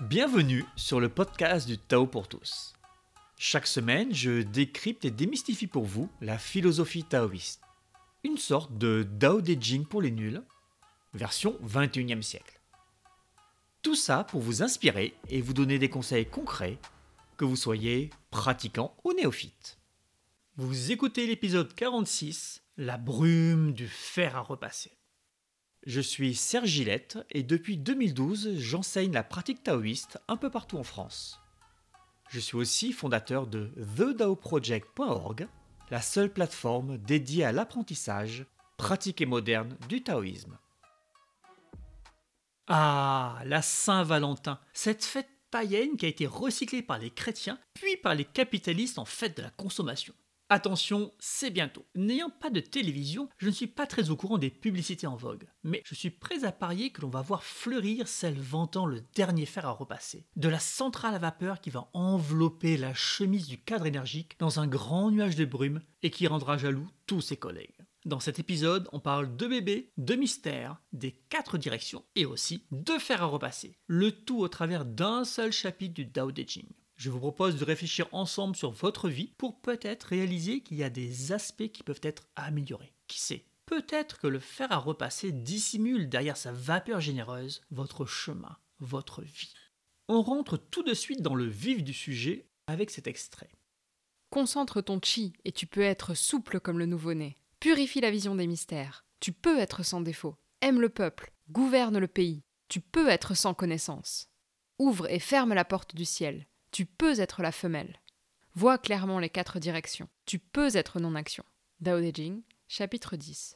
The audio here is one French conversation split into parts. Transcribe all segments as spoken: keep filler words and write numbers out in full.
Bienvenue sur le podcast du Tao pour tous. Chaque semaine, je décrypte et démystifie pour vous la philosophie taoïste. Une sorte de Dao De Jing pour les nuls, version vingt et unième siècle. Tout ça pour vous inspirer et vous donner des conseils concrets, que vous soyez pratiquant ou néophyte. Vous écoutez l'épisode quarante-six, la brume du fer à repasser. Je suis Serge Gillette et depuis deux mille douze, j'enseigne la pratique taoïste un peu partout en France. Je suis aussi fondateur de the dao project point org, la seule plateforme dédiée à l'apprentissage, pratique et moderne du taoïsme. Ah, la Saint-Valentin, cette fête païenne qui a été recyclée par les chrétiens, puis par les capitalistes en fête de la consommation. Attention, c'est bientôt. N'ayant pas de télévision, je ne suis pas très au courant des publicités en vogue. Mais je suis prêt à parier que l'on va voir fleurir celle vantant le dernier fer à repasser. De la centrale à vapeur qui va envelopper la chemise du cadre énergique dans un grand nuage de brume et qui rendra jaloux tous ses collègues. Dans cet épisode, on parle de bébés, de mystères, des quatre directions et aussi de fer à repasser. Le tout au travers d'un seul chapitre du Dao De Jing. Je vous propose de réfléchir ensemble sur votre vie pour peut-être réaliser qu'il y a des aspects qui peuvent être améliorés. Qui sait ? Peut-être que le fer à repasser dissimule derrière sa vapeur généreuse votre chemin, votre vie. On rentre tout de suite dans le vif du sujet avec cet extrait. Concentre ton chi et tu peux être souple comme le nouveau-né. Purifie la vision des mystères. Tu peux être sans défaut. Aime le peuple. Gouverne le pays. Tu peux être sans connaissance. Ouvre et ferme la porte du ciel. Tu peux être la femelle. Vois clairement les quatre directions. Tu peux être non-action. Dao De Jing, chapitre dix.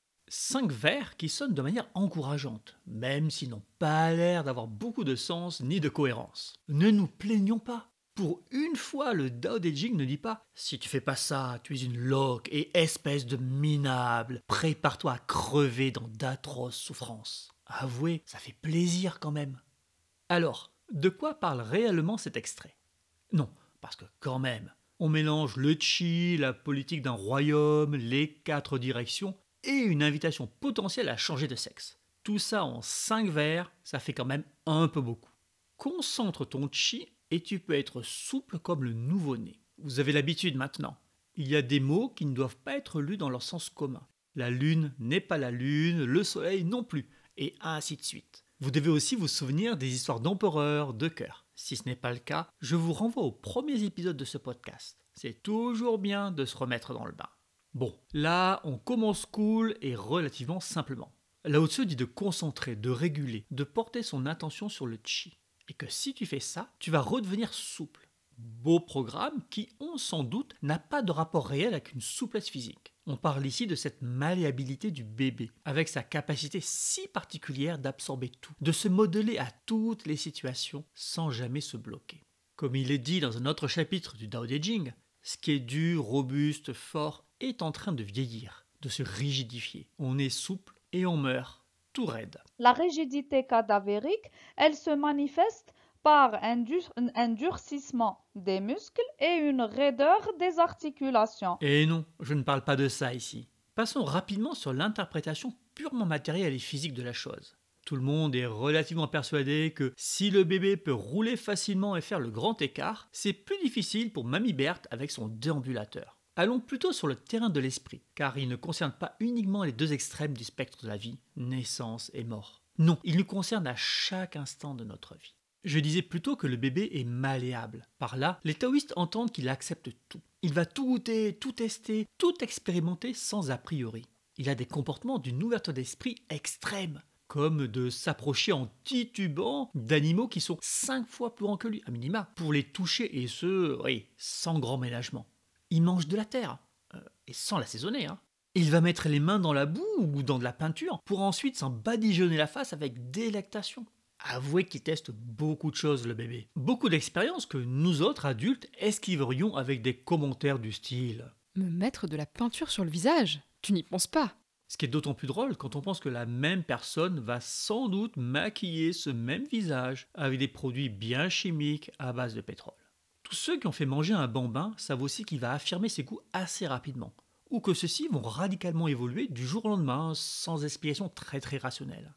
Cinq vers qui sonnent de manière encourageante, même s'ils n'ont pas l'air d'avoir beaucoup de sens ni de cohérence. Ne nous plaignons pas. Pour une fois, le Dao De Jing ne dit pas « Si tu fais pas ça, tu es une loque et espèce de minable. Prépare-toi à crever dans d'atroces souffrances. » Avouez, ça fait plaisir quand même. Alors, de quoi parle réellement cet extrait ? Non, parce que quand même, on mélange le chi, la politique d'un royaume, les quatre directions et une invitation potentielle à changer de sexe. Tout ça en cinq vers, ça fait quand même un peu beaucoup. Concentre ton chi et tu peux être souple comme le nouveau-né. Vous avez l'habitude maintenant. Il y a des mots qui ne doivent pas être lus dans leur sens commun. La lune n'est pas la lune, le soleil non plus, et ainsi de suite. Vous devez aussi vous souvenir des histoires d'empereurs, de cœurs. Si ce n'est pas le cas, je vous renvoie aux premiers épisodes de ce podcast. C'est toujours bien de se remettre dans le bain. Bon, là, on commence cool et relativement simplement. Lao Tzu dit de concentrer, de réguler, de porter son attention sur le chi. Et que si tu fais ça, tu vas redevenir souple. Beau programme qui, on s'en doute, n'a pas de rapport réel avec une souplesse physique. On parle ici de cette malléabilité du bébé, avec sa capacité si particulière d'absorber tout, de se modeler à toutes les situations sans jamais se bloquer. Comme il est dit dans un autre chapitre du Dao De Jing, ce qui est dur, robuste, fort est en train de vieillir, de se rigidifier. On est souple et on meurt tout raide. La rigidité cadavérique, elle se manifeste par un, dur- un durcissement des muscles et une raideur des articulations. Et non, je ne parle pas de ça ici. Passons rapidement sur l'interprétation purement matérielle et physique de la chose. Tout le monde est relativement persuadé que si le bébé peut rouler facilement et faire le grand écart, c'est plus difficile pour Mamie Berthe avec son déambulateur. Allons plutôt sur le terrain de l'esprit, car il ne concerne pas uniquement les deux extrêmes du spectre de la vie, naissance et mort. Non, il nous concerne à chaque instant de notre vie. Je disais plutôt que le bébé est malléable. Par là, les taoïstes entendent qu'il accepte tout. Il va tout goûter, tout tester, tout expérimenter sans a priori. Il a des comportements d'une ouverture d'esprit extrême, comme de s'approcher en titubant d'animaux qui sont cinq fois plus grands que lui, à minima, pour les toucher et ce, oui, sans grand ménagement. Il mange de la terre, euh, et sans l'assaisonner, hein. Il va mettre les mains dans la boue ou dans de la peinture pour ensuite s'en badigeonner la face avec délectation. Avouez qu'il teste beaucoup de choses, le bébé. Beaucoup d'expériences que nous autres, adultes, esquiverions avec des commentaires du style « Me mettre de la peinture sur le visage ? Tu n'y penses pas ? » Ce qui est d'autant plus drôle quand on pense que la même personne va sans doute maquiller ce même visage avec des produits bien chimiques à base de pétrole. Tous ceux qui ont fait manger un bambin savent aussi qu'il va affirmer ses goûts assez rapidement, ou que ceux-ci vont radicalement évoluer du jour au lendemain sans explication très très rationnelle.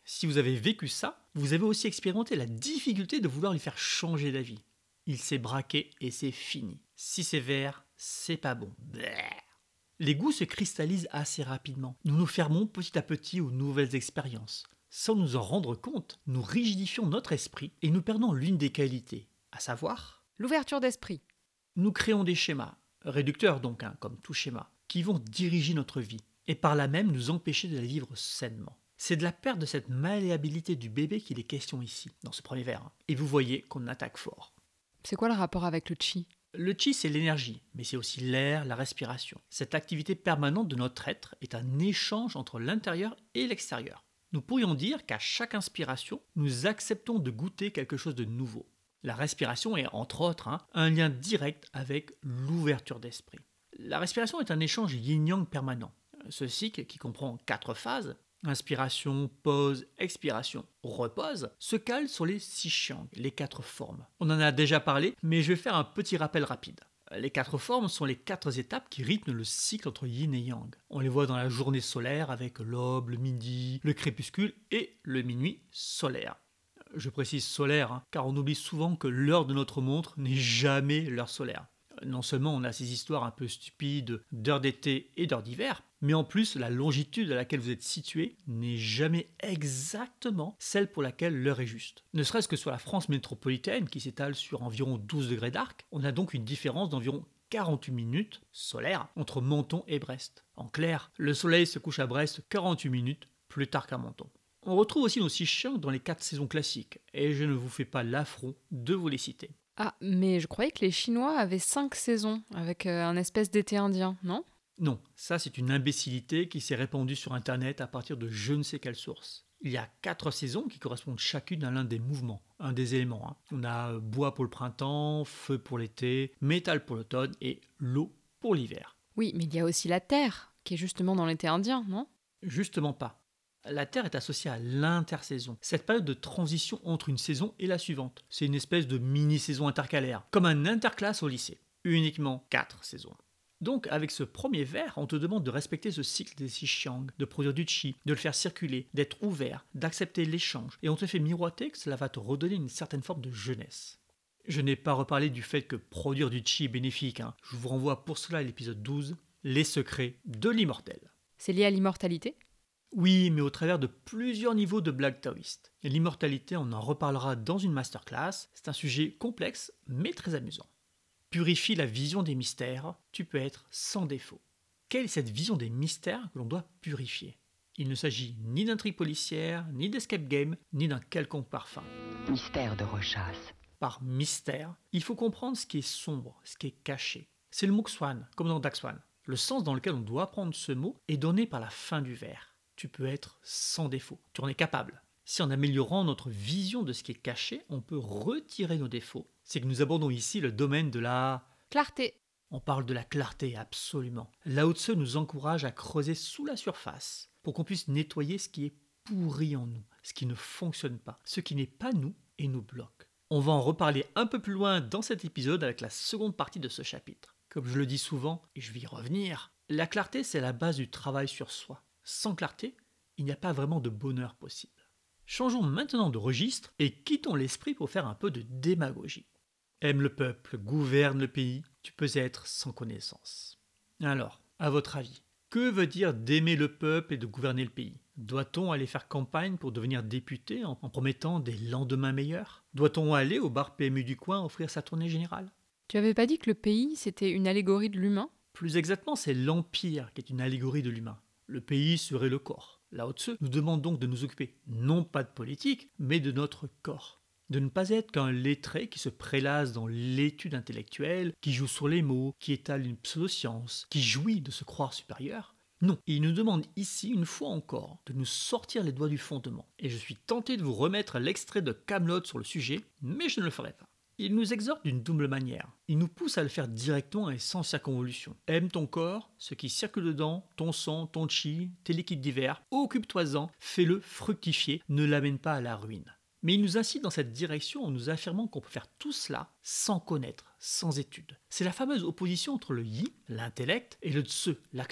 Si vous avez vécu ça, vous avez aussi expérimenté la difficulté de vouloir lui faire changer d'avis. Il s'est braqué et c'est fini. Si c'est vert, c'est pas bon. Bleh. Les goûts se cristallisent assez rapidement. Nous nous fermons petit à petit aux nouvelles expériences. Sans nous en rendre compte, nous rigidifions notre esprit et nous perdons l'une des qualités, à savoir, L'ouverture d'esprit. nous créons des schémas, réducteurs donc, hein, comme tout schéma, qui vont diriger notre vie et par là même nous empêcher de la vivre sainement. C'est de la perte de cette malléabilité du bébé qu'il est question ici, dans ce premier vers. Et vous voyez qu'on attaque fort. C'est quoi le rapport avec le chi? Le chi, c'est l'énergie, mais c'est aussi l'air, la respiration. Cette activité permanente de notre être est un échange entre l'intérieur et l'extérieur. Nous pourrions dire qu'à chaque inspiration, nous acceptons de goûter quelque chose de nouveau. La respiration est, entre autres, hein, un lien direct avec l'ouverture d'esprit. La respiration est un échange yin-yang permanent. Ce cycle, qui comprend quatre phases, inspiration, pause, expiration, repose, se cale sur les six chiang, les quatre formes. On en a déjà parlé, mais je vais faire un petit rappel rapide. Les quatre formes sont les quatre étapes qui rythment le cycle entre yin et yang. On les voit dans la journée solaire avec l'aube, le midi, le crépuscule et le minuit solaire. Je précise solaire, hein, car on oublie souvent que l'heure de notre montre n'est jamais l'heure solaire. Non seulement on a ces histoires un peu stupides d'heure d'été et d'heure d'hiver, mais en plus la longitude à laquelle vous êtes situé n'est jamais exactement celle pour laquelle l'heure est juste. Ne serait-ce que sur la France métropolitaine qui s'étale sur environ douze degrés d'arc, on a donc une différence d'environ quarante-huit minutes solaires entre Menton et Brest. En clair, le soleil se couche à Brest quarante-huit minutes plus tard qu'à Menton. On retrouve aussi nos six chiens dans les quatre saisons classiques, et je ne vous fais pas l'affront de vous les citer. Ah, mais je croyais que les Chinois avaient cinq saisons, avec euh, un espèce d'été indien, non? Non, ça c'est une imbécilité qui s'est répandue sur Internet à partir de je ne sais quelle source. Il y a quatre saisons qui correspondent chacune à l'un des mouvements, un des éléments. Hein. On a bois pour le printemps, feu pour l'été, métal pour l'automne et l'eau pour l'hiver. Oui, mais il y a aussi la Terre, qui est justement dans l'été indien, non? Justement pas. La Terre est associée à l'intersaison, cette période de transition entre une saison et la suivante. C'est une espèce de mini-saison intercalaire, comme un interclasse au lycée. Uniquement quatre saisons. Donc, avec ce premier vers, on te demande de respecter ce cycle des six chiang, de produire du chi, de le faire circuler, d'être ouvert, d'accepter l'échange, et on te fait miroiter que cela va te redonner une certaine forme de jeunesse. Je n'ai pas reparlé du fait que produire du chi est bénéfique, hein. Je vous renvoie pour cela à l'épisode douze, Les secrets de l'immortel. C'est lié à l'immortalité? Oui, mais au travers de plusieurs niveaux de blagues taoïstes. Et l'immortalité, on en reparlera dans une masterclass, c'est un sujet complexe, mais très amusant. Purifie la vision des mystères, tu peux être sans défaut. Quelle est cette vision des mystères que l'on doit purifier? Il ne s'agit ni d'intrigue policière, ni d'escape game, ni d'un quelconque parfum. Mystère de Rochas. Par mystère, il faut comprendre ce qui est sombre, ce qui est caché. C'est le mot Xuan, comme dans Daxwan. Le sens dans lequel on doit prendre ce mot est donné par la fin du vers. Tu peux être sans défaut, tu en es capable. Si en améliorant notre vision de ce qui est caché, on peut retirer nos défauts, c'est que nous abordons ici le domaine de la... Clarté. On parle de la clarté, absolument. Lao Tse nous encourage à creuser sous la surface pour qu'on puisse nettoyer ce qui est pourri en nous, ce qui ne fonctionne pas, ce qui n'est pas nous et nous bloque. On va en reparler un peu plus loin dans cet épisode avec la seconde partie de ce chapitre. Comme je le dis souvent, et je vais y revenir, la clarté c'est la base du travail sur soi. Sans clarté, il n'y a pas vraiment de bonheur possible. Changeons maintenant de registre et quittons l'esprit pour faire un peu de démagogie. Aime le peuple, gouverne le pays, tu peux être sans connaissance. Alors, à votre avis, que veut dire d'aimer le peuple et de gouverner le pays? Doit-on aller faire campagne pour devenir député en, en promettant des lendemains meilleurs? Doit-on aller au bar P M U du coin offrir sa tournée générale? Tu avais pas dit que le pays, c'était une allégorie de l'humain? Plus exactement, c'est l'empire qui est une allégorie de l'humain. Le pays serait le corps. Lao Tse nous demande donc de nous occuper non pas de politique, mais de notre corps. De ne pas être qu'un lettré qui se prélasse dans l'étude intellectuelle, qui joue sur les mots, qui étale une pseudo-science, qui jouit de se croire supérieur. Non, il nous demande ici, une fois encore, de nous sortir les doigts du fondement. Et je suis tenté de vous remettre l'extrait de Kaamelott sur le sujet, mais je ne le ferai pas. Il nous exhorte d'une double manière. Il nous pousse à le faire directement et sans circonvolution. Aime ton corps, ce qui circule dedans, ton sang, ton chi, tes liquides divers, occupe-toi-en, fais-le fructifier, ne l'amène pas à la ruine. Mais il nous incite dans cette direction en nous affirmant qu'on peut faire tout cela sans connaître, sans étude. C'est la fameuse opposition entre le yi, l'intellect, et le tse, l'action.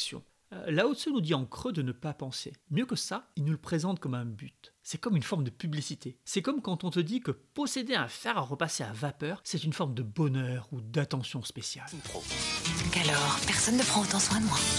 Euh, Lao Tzu nous dit en creux de ne pas penser. Mieux que ça, il nous le présente comme un but. C'est comme une forme de publicité. C'est comme quand on te dit que posséder un fer à repasser à vapeur, c'est une forme de bonheur ou d'attention spéciale. Qu'alors, personne ne prend autant soin de moi.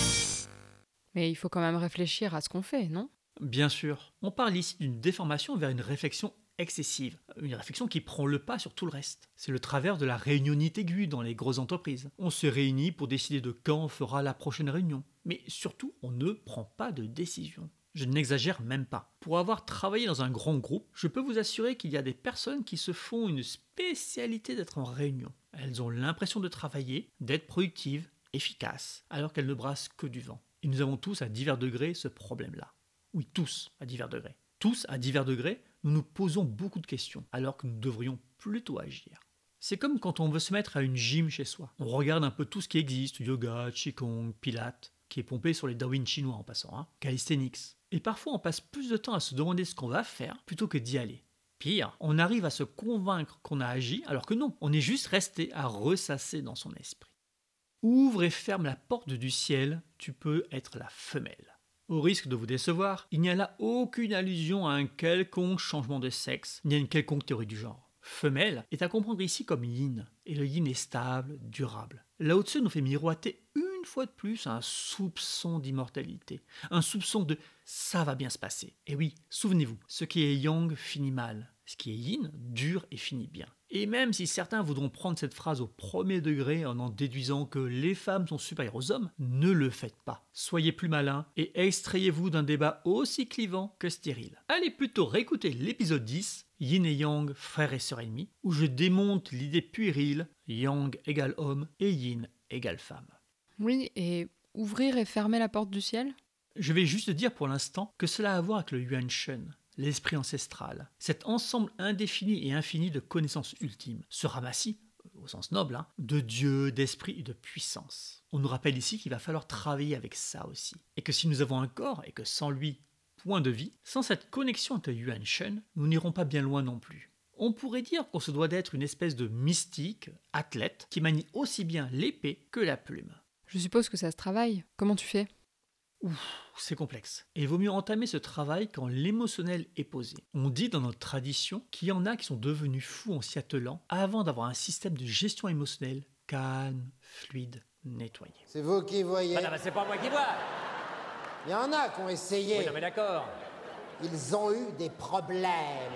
Mais il faut quand même réfléchir à ce qu'on fait, non ? Bien sûr, on parle ici d'une déformation vers une réflexion excessive, une réflexion qui prend le pas sur tout le reste. C'est le travers de la réunionnite aiguë dans les grosses entreprises. On se réunit pour décider de quand on fera la prochaine réunion. Mais surtout, on ne prend pas de décision. Je n'exagère même pas. Pour avoir travaillé dans un grand groupe, je peux vous assurer qu'il y a des personnes qui se font une spécialité d'être en réunion. Elles ont l'impression de travailler, d'être productives, efficaces, alors qu'elles ne brassent que du vent. Et nous avons tous à divers degrés ce problème-là. Oui, tous à divers degrés. Tous à divers degrés, nous nous posons beaucoup de questions, alors que nous devrions plutôt agir. C'est comme quand on veut se mettre à une gym chez soi. On regarde un peu tout ce qui existe, yoga, qigong, pilates, qui est pompé sur les Darwin chinois en passant, hein, calisthenics. Et parfois on passe plus de temps à se demander ce qu'on va faire plutôt que d'y aller. Pire, on arrive à se convaincre qu'on a agi, alors que non, on est juste resté à ressasser dans son esprit. Ouvre et ferme la porte du ciel, tu peux être la femelle. Au risque de vous décevoir, il n'y a là aucune allusion à un quelconque changement de sexe, ni à une quelconque théorie du genre. Femelle est à comprendre ici comme yin, et le yin est stable, durable. Lao Tzu nous fait miroiter une fois de plus un soupçon d'immortalité, un soupçon de « ça va bien se passer ». Et oui, souvenez-vous, ce qui est yang finit mal, ce qui est yin dure et finit bien. Et même si certains voudront prendre cette phrase au premier degré en en déduisant que les femmes sont supérieures aux hommes, ne le faites pas. Soyez plus malins et extrayez-vous d'un débat aussi clivant que stérile. Allez plutôt réécouter l'épisode dix, Yin et Yang, frères et sœurs ennemis, où je démonte l'idée puérile, Yang égale homme et Yin égale femme. Oui, et ouvrir et fermer la porte du ciel ? Je vais juste dire pour l'instant que cela a à voir avec le Yuan Shen, l'esprit ancestral, cet ensemble indéfini et infini de connaissances ultimes, ce ramassis, au sens noble, hein, de Dieu, d'esprit et de puissance. On nous rappelle ici qu'il va falloir travailler avec ça aussi, et que si nous avons un corps et que sans lui, point de vie, sans cette connexion avec le Yuan Shen, nous n'irons pas bien loin non plus. On pourrait dire qu'on se doit d'être une espèce de mystique, athlète, qui manie aussi bien l'épée que la plume. Je suppose que ça se travaille. Comment tu fais ? Ouf, c'est complexe. Et il vaut mieux entamer ce travail quand l'émotionnel est posé. On dit dans notre tradition qu'il y en a qui sont devenus fous en s'y attelant avant d'avoir un système de gestion émotionnelle calme, fluide, nettoyé. C'est vous qui voyez. Ah non, mais c'est pas moi qui vois. Il y en a qui ont essayé. Oui, non, mais d'accord. Ils ont eu des problèmes.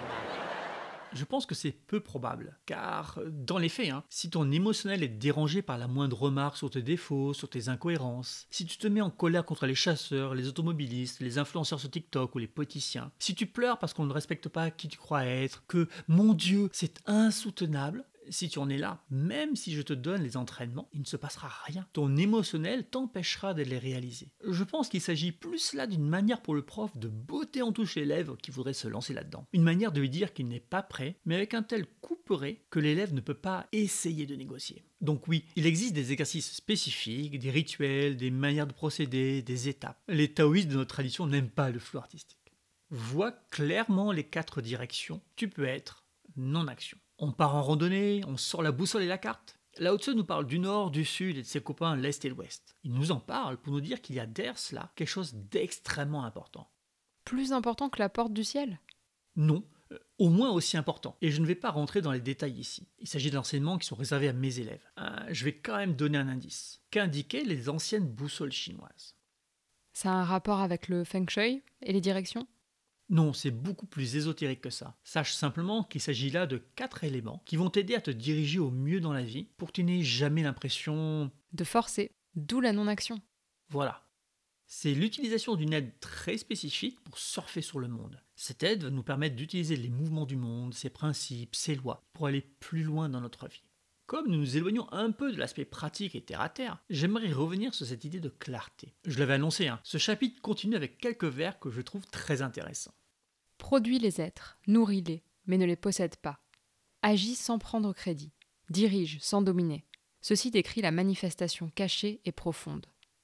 Je pense que c'est peu probable, car dans les faits, hein, si ton émotionnel est dérangé par la moindre remarque sur tes défauts, sur tes incohérences, si tu te mets en colère contre les chasseurs, les automobilistes, les influenceurs sur TikTok ou les politiciens, si tu pleures parce qu'on ne respecte pas qui tu crois être, que, mon Dieu, c'est insoutenable, si tu en es là, même si je te donne les entraînements, il ne se passera rien. Ton émotionnel t'empêchera de les réaliser. Je pense qu'il s'agit plus là d'une manière pour le prof de botter en touche l'élève qui voudrait se lancer là-dedans. Une manière de lui dire qu'il n'est pas prêt, mais avec un tel couperet que l'élève ne peut pas essayer de négocier. Donc oui, il existe des exercices spécifiques, des rituels, des manières de procéder, des étapes. Les taoïstes de notre tradition n'aiment pas le flou artistique. Vois clairement les quatre directions, tu peux être non-action. On part en randonnée, on sort la boussole et la carte. Lao Tzu nous parle du nord, du sud et de ses copains l'est et l'ouest. Il nous en parle pour nous dire qu'il y a derrière cela quelque chose d'extrêmement important. Plus important que la porte du ciel ? Non, euh, au moins aussi important. Et je ne vais pas rentrer dans les détails ici. Il s'agit d'enseignements qui sont réservés à mes élèves. Euh, je vais quand même donner un indice. Qu'indiquaient les anciennes boussoles chinoises ? Ça a un rapport avec le feng shui et les directions ? Non, c'est beaucoup plus ésotérique que ça. Sache simplement qu'il s'agit là de quatre éléments qui vont t'aider à te diriger au mieux dans la vie pour que tu n'aies jamais l'impression... De forcer, d'où la non-action. Voilà. C'est l'utilisation d'une aide très spécifique pour surfer sur le monde. Cette aide va nous permettre d'utiliser les mouvements du monde, ses principes, ses lois, pour aller plus loin dans notre vie. Comme nous nous éloignons un peu de l'aspect pratique et terre-à-terre, j'aimerais revenir sur cette idée de clarté. Je l'avais annoncé, hein, ce chapitre continue avec quelques vers que je trouve très intéressants. Produis les êtres, nourris-les, mais ne les possède pas. Agis sans prendre crédit. Dirige sans dominer. Ceci décrit la manifestation cachée et profonde.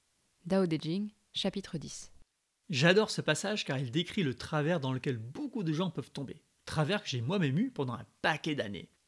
Dao De Jing, chapitre dix. J'adore ce passage car il décrit le travers dans lequel beaucoup de gens peuvent tomber. Travers que j'ai moi-même eu pendant un paquet d'années.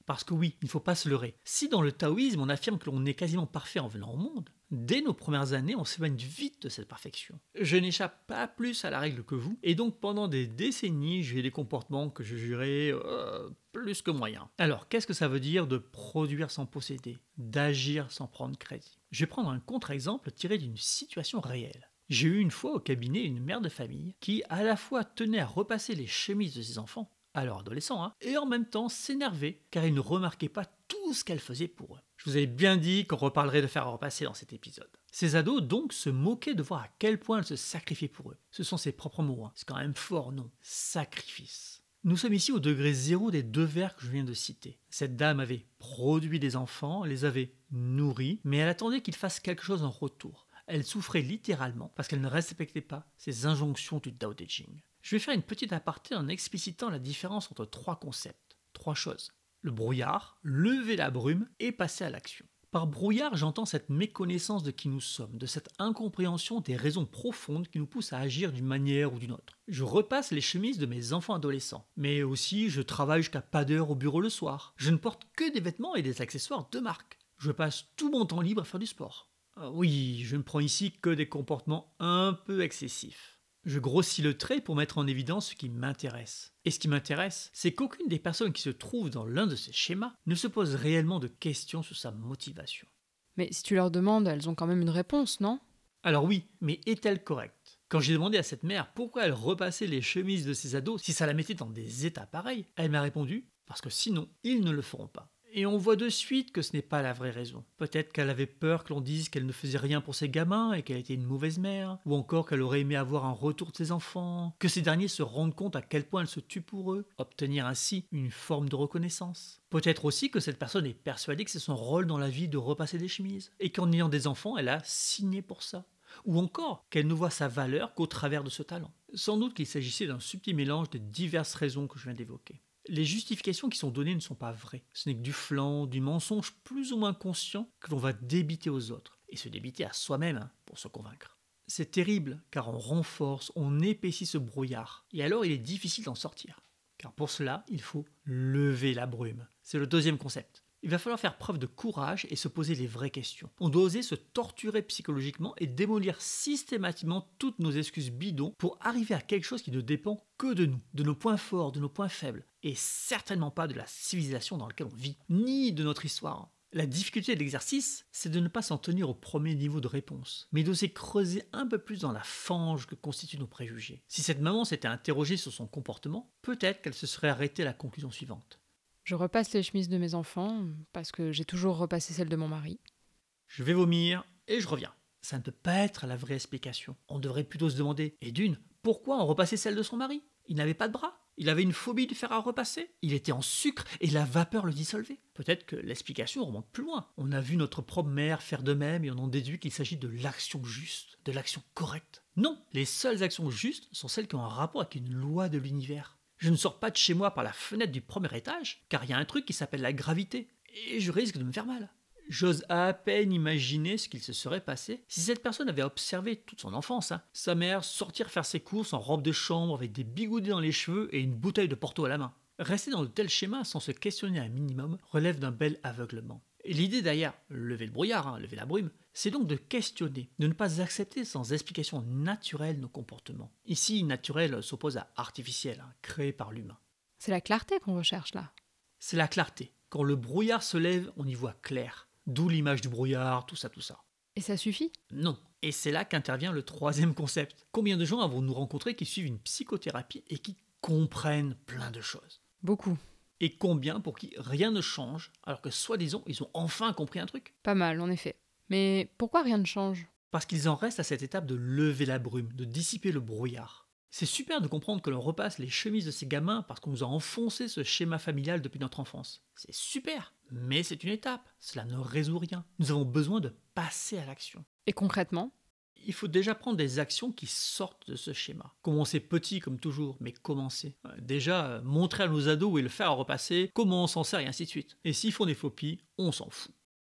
Parce que oui, il ne faut pas se leurrer. Si dans le taoïsme on affirme que l'on est quasiment parfait en venant au monde, dès nos premières années on s'éloigne vite de cette perfection. Je n'échappe pas plus à la règle que vous, et donc pendant des décennies j'ai des comportements que je jurais euh, plus que moyens. Alors qu'est-ce que ça veut dire de produire sans posséder, d'agir sans prendre crédit? Je vais prendre un contre-exemple tiré d'une situation réelle. J'ai eu une fois au cabinet une mère de famille qui à la fois tenait à repasser les chemises de ses enfants, alors adolescents, hein, et en même temps s'énervait car ils ne remarquaient pas tout ce qu'elle faisait pour eux. Je vous avais bien dit qu'on reparlerait de faire à repasser dans cet épisode. Ces ados donc se moquaient de voir à quel point elle se sacrifiait pour eux. Ce sont ses propres mots, hein. C'est quand même fort, non? Sacrifice. Nous sommes ici au degré zéro des deux vers que je viens de citer. Cette dame avait produit des enfants, les avait nourris, mais elle attendait qu'ils fassent quelque chose en retour. Elle souffrait littéralement parce qu'elle ne respectait pas ces injonctions du Tao Te Ching. Je vais faire une petite aparté en explicitant la différence entre trois concepts, trois choses. Le brouillard, lever la brume et passer à l'action. Par brouillard, j'entends cette méconnaissance de qui nous sommes, de cette incompréhension des raisons profondes qui nous poussent à agir d'une manière ou d'une autre. Je repasse les chemises de mes enfants adolescents, mais aussi je travaille jusqu'à pas d'heure au bureau le soir. Je ne porte que des vêtements et des accessoires de marque. Je passe tout mon temps libre à faire du sport. Euh, oui, je ne prends ici que des comportements un peu excessifs. Je grossis le trait pour mettre en évidence ce qui m'intéresse. Et ce qui m'intéresse, c'est qu'aucune des personnes qui se trouvent dans l'un de ces schémas ne se pose réellement de questions sur sa motivation. Mais si tu leur demandes, elles ont quand même une réponse, non? Alors oui, mais est-elle correcte? Quand j'ai demandé à cette mère pourquoi elle repassait les chemises de ses ados si ça la mettait dans des états pareils, elle m'a répondu « parce que sinon, ils ne le feront pas ». Et on voit de suite que ce n'est pas la vraie raison. Peut-être qu'elle avait peur que l'on dise qu'elle ne faisait rien pour ses gamins et qu'elle était une mauvaise mère, ou encore qu'elle aurait aimé avoir un retour de ses enfants, que ces derniers se rendent compte à quel point elle se tue pour eux, obtenir ainsi une forme de reconnaissance. Peut-être aussi que cette personne est persuadée que c'est son rôle dans la vie de repasser des chemises, et qu'en ayant des enfants, elle a signé pour ça. Ou encore qu'elle ne voit sa valeur qu'au travers de ce talent. Sans doute qu'il s'agissait d'un subtil mélange de diverses raisons que je viens d'évoquer. Les justifications qui sont données ne sont pas vraies. Ce n'est que du flan, du mensonge plus ou moins conscient que l'on va débiter aux autres, et se débiter à soi-même hein, pour se convaincre. C'est terrible, car on renforce, on épaissit ce brouillard, et alors il est difficile d'en sortir. Car pour cela, il faut lever la brume. C'est le deuxième concept. Il va falloir faire preuve de courage et se poser les vraies questions. On doit oser se torturer psychologiquement et démolir systématiquement toutes nos excuses bidons pour arriver à quelque chose qui ne dépend que de nous, de nos points forts, de nos points faibles, et certainement pas de la civilisation dans laquelle on vit, ni de notre histoire. La difficulté de l'exercice, c'est de ne pas s'en tenir au premier niveau de réponse, mais d'oser creuser un peu plus dans la fange que constituent nos préjugés. Si cette maman s'était interrogée sur son comportement, peut-être qu'elle se serait arrêtée à la conclusion suivante. Je repasse les chemises de mes enfants parce que j'ai toujours repassé celles de mon mari. Je vais vomir et je reviens. Ça ne peut pas être la vraie explication. On devrait plutôt se demander, et d'une, pourquoi on repassait celle de son mari? Il n'avait pas de bras? Il avait une phobie du fer à repasser? Il était en sucre et la vapeur le dissolvait? Peut-être que l'explication remonte plus loin. On a vu notre propre mère faire de même et on en déduit qu'il s'agit de l'action juste, de l'action correcte. Non, les seules actions justes sont celles qui ont un rapport avec une loi de l'univers. Je ne sors pas de chez moi par la fenêtre du premier étage, car il y a un truc qui s'appelle la gravité, et je risque de me faire mal. J'ose à peine imaginer ce qu'il se serait passé si cette personne avait observé toute son enfance, hein, sa mère sortir faire ses courses en robe de chambre avec des bigoudis dans les cheveux et une bouteille de Porto à la main. Rester dans de tels schémas sans se questionner un minimum relève d'un bel aveuglement. Et l'idée derrière lever le brouillard, hein, lever la brume, c'est donc de questionner, de ne pas accepter sans explication naturelle nos comportements. Ici, naturel s'oppose à artificiel, hein, créé par l'humain. C'est la clarté qu'on recherche là. C'est la clarté. Quand le brouillard se lève, on y voit clair. D'où l'image du brouillard, tout ça, tout ça. Et ça suffit? Non. Et c'est là qu'intervient le troisième concept. Combien de gens avons-nous rencontrés qui suivent une psychothérapie et qui comprennent plein de choses? Beaucoup. Et combien pour qui rien ne change, alors que soi-disant, ils ont enfin compris un truc? Pas mal, en effet. Mais pourquoi rien ne change? Parce qu'ils en restent à cette étape de lever la brume, de dissiper le brouillard. C'est super de comprendre que l'on repasse les chemises de ces gamins parce qu'on nous a enfoncé ce schéma familial depuis notre enfance. C'est super, mais c'est une étape, cela ne résout rien. Nous avons besoin de passer à l'action. Et concrètement? Il faut déjà prendre des actions qui sortent de ce schéma. Commencer petit comme toujours, mais commencer. Déjà, euh, montrer à nos ados où est le fer à repasser, comment on s'en sert et ainsi de suite. Et s'ils font des phobies, on s'en fout.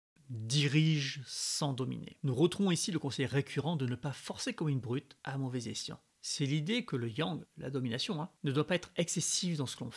Dirige sans dominer. Nous retrouvons ici le conseil récurrent de ne pas forcer comme une brute à mauvais escient. C'est l'idée que le yang, la domination, hein, ne doit pas être excessive dans ce que l'on fait.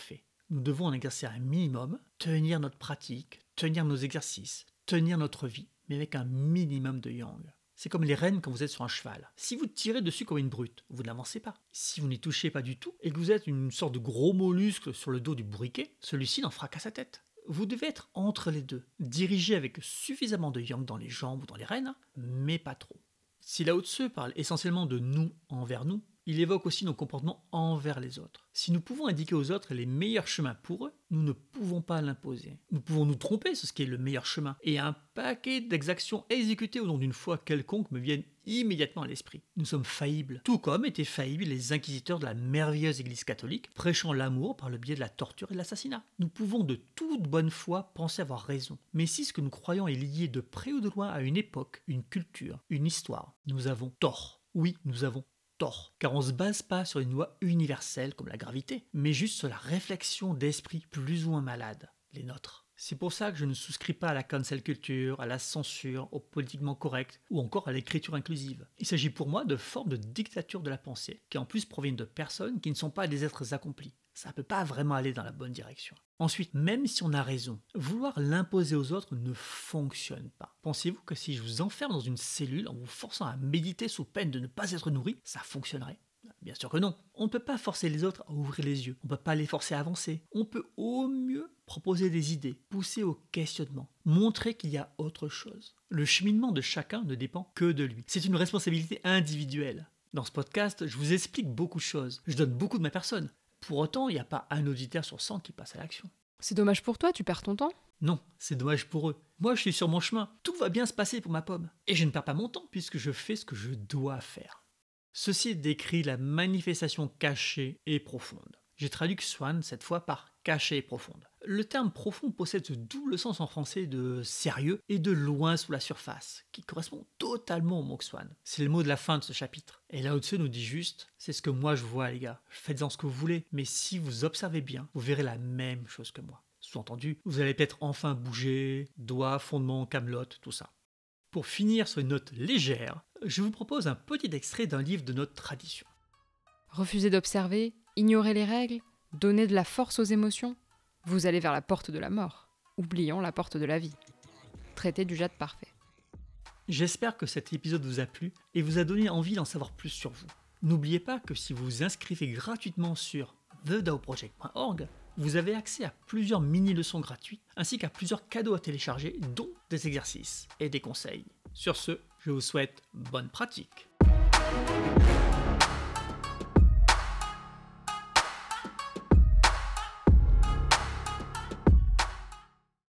Nous devons en exercer un minimum, tenir notre pratique, tenir nos exercices, tenir notre vie, mais avec un minimum de yang. C'est comme les rênes quand vous êtes sur un cheval. Si vous tirez dessus comme une brute, vous n'avancez pas. Si vous n'y touchez pas du tout et que vous êtes une sorte de gros mollusque sur le dos du bourriquet, celui-ci n'en fera qu'à sa tête. Vous devez être entre les deux, dirigé avec suffisamment de yang dans les jambes ou dans les rênes, mais pas trop. Si Lao Tzu parle essentiellement de nous envers nous, il évoque aussi nos comportements envers les autres. Si nous pouvons indiquer aux autres les meilleurs chemins pour eux, nous ne pouvons pas l'imposer. Nous pouvons nous tromper sur ce qui est le meilleur chemin, et un paquet d'exactions exécutées au nom d'une foi quelconque me viennent immédiatement à l'esprit. Nous sommes faillibles, tout comme étaient faillibles les inquisiteurs de la merveilleuse Église catholique, prêchant l'amour par le biais de la torture et de l'assassinat. Nous pouvons de toute bonne foi penser avoir raison, mais si ce que nous croyons est lié de près ou de loin à une époque, une culture, une histoire, nous avons tort. Oui, nous avons tort, car on ne se base pas sur une loi universelle comme la gravité, mais juste sur la réflexion d'esprits plus ou moins malades, les nôtres. C'est pour ça que je ne souscris pas à la cancel culture, à la censure, au politiquement correct ou encore à l'écriture inclusive. Il s'agit pour moi de formes de dictature de la pensée, qui en plus proviennent de personnes qui ne sont pas des êtres accomplis. Ça ne peut pas vraiment aller dans la bonne direction. Ensuite, même si on a raison, vouloir l'imposer aux autres ne fonctionne pas. Pensez-vous que si je vous enferme dans une cellule en vous forçant à méditer sous peine de ne pas être nourri, ça fonctionnerait ? Bien sûr que non. On ne peut pas forcer les autres à ouvrir les yeux. On ne peut pas les forcer à avancer. On peut au mieux proposer des idées, pousser au questionnement, montrer qu'il y a autre chose. Le cheminement de chacun ne dépend que de lui. C'est une responsabilité individuelle. Dans ce podcast, je vous explique beaucoup de choses. Je donne beaucoup de ma personne. Pour autant, il n'y a pas un auditeur sur cent qui passe à l'action. C'est dommage pour toi, tu perds ton temps. Non, c'est dommage pour eux. Moi, je suis sur mon chemin. Tout va bien se passer pour ma pomme. Et je ne perds pas mon temps puisque je fais ce que je dois faire. Ceci décrit la manifestation cachée et profonde. J'ai traduit Xuan cette fois par cachée et profonde. Le terme profond possède ce double sens en français de sérieux et de loin sous la surface, qui correspond totalement au mot Xuan. C'est le mot de la fin de ce chapitre. Et Lao Tzu nous dit juste, c'est ce que moi je vois les gars, faites-en ce que vous voulez, mais si vous observez bien, vous verrez la même chose que moi. Sous-entendu, vous allez peut-être enfin bouger, doigts, fondements, camelote, tout ça. Pour finir sur une note légère, je vous propose un petit extrait d'un livre de notre tradition. Refuser d'observer, ignorer les règles, donner de la force aux émotions, vous allez vers la porte de la mort. Oublions la porte de la vie. Traité du jade parfait. J'espère que cet épisode vous a plu et vous a donné envie d'en savoir plus sur vous. N'oubliez pas que si vous vous inscrivez gratuitement sur the dao project point org, vous avez accès à plusieurs mini-leçons gratuites ainsi qu'à plusieurs cadeaux à télécharger, dont des exercices et des conseils. Sur ce, je vous souhaite bonne pratique.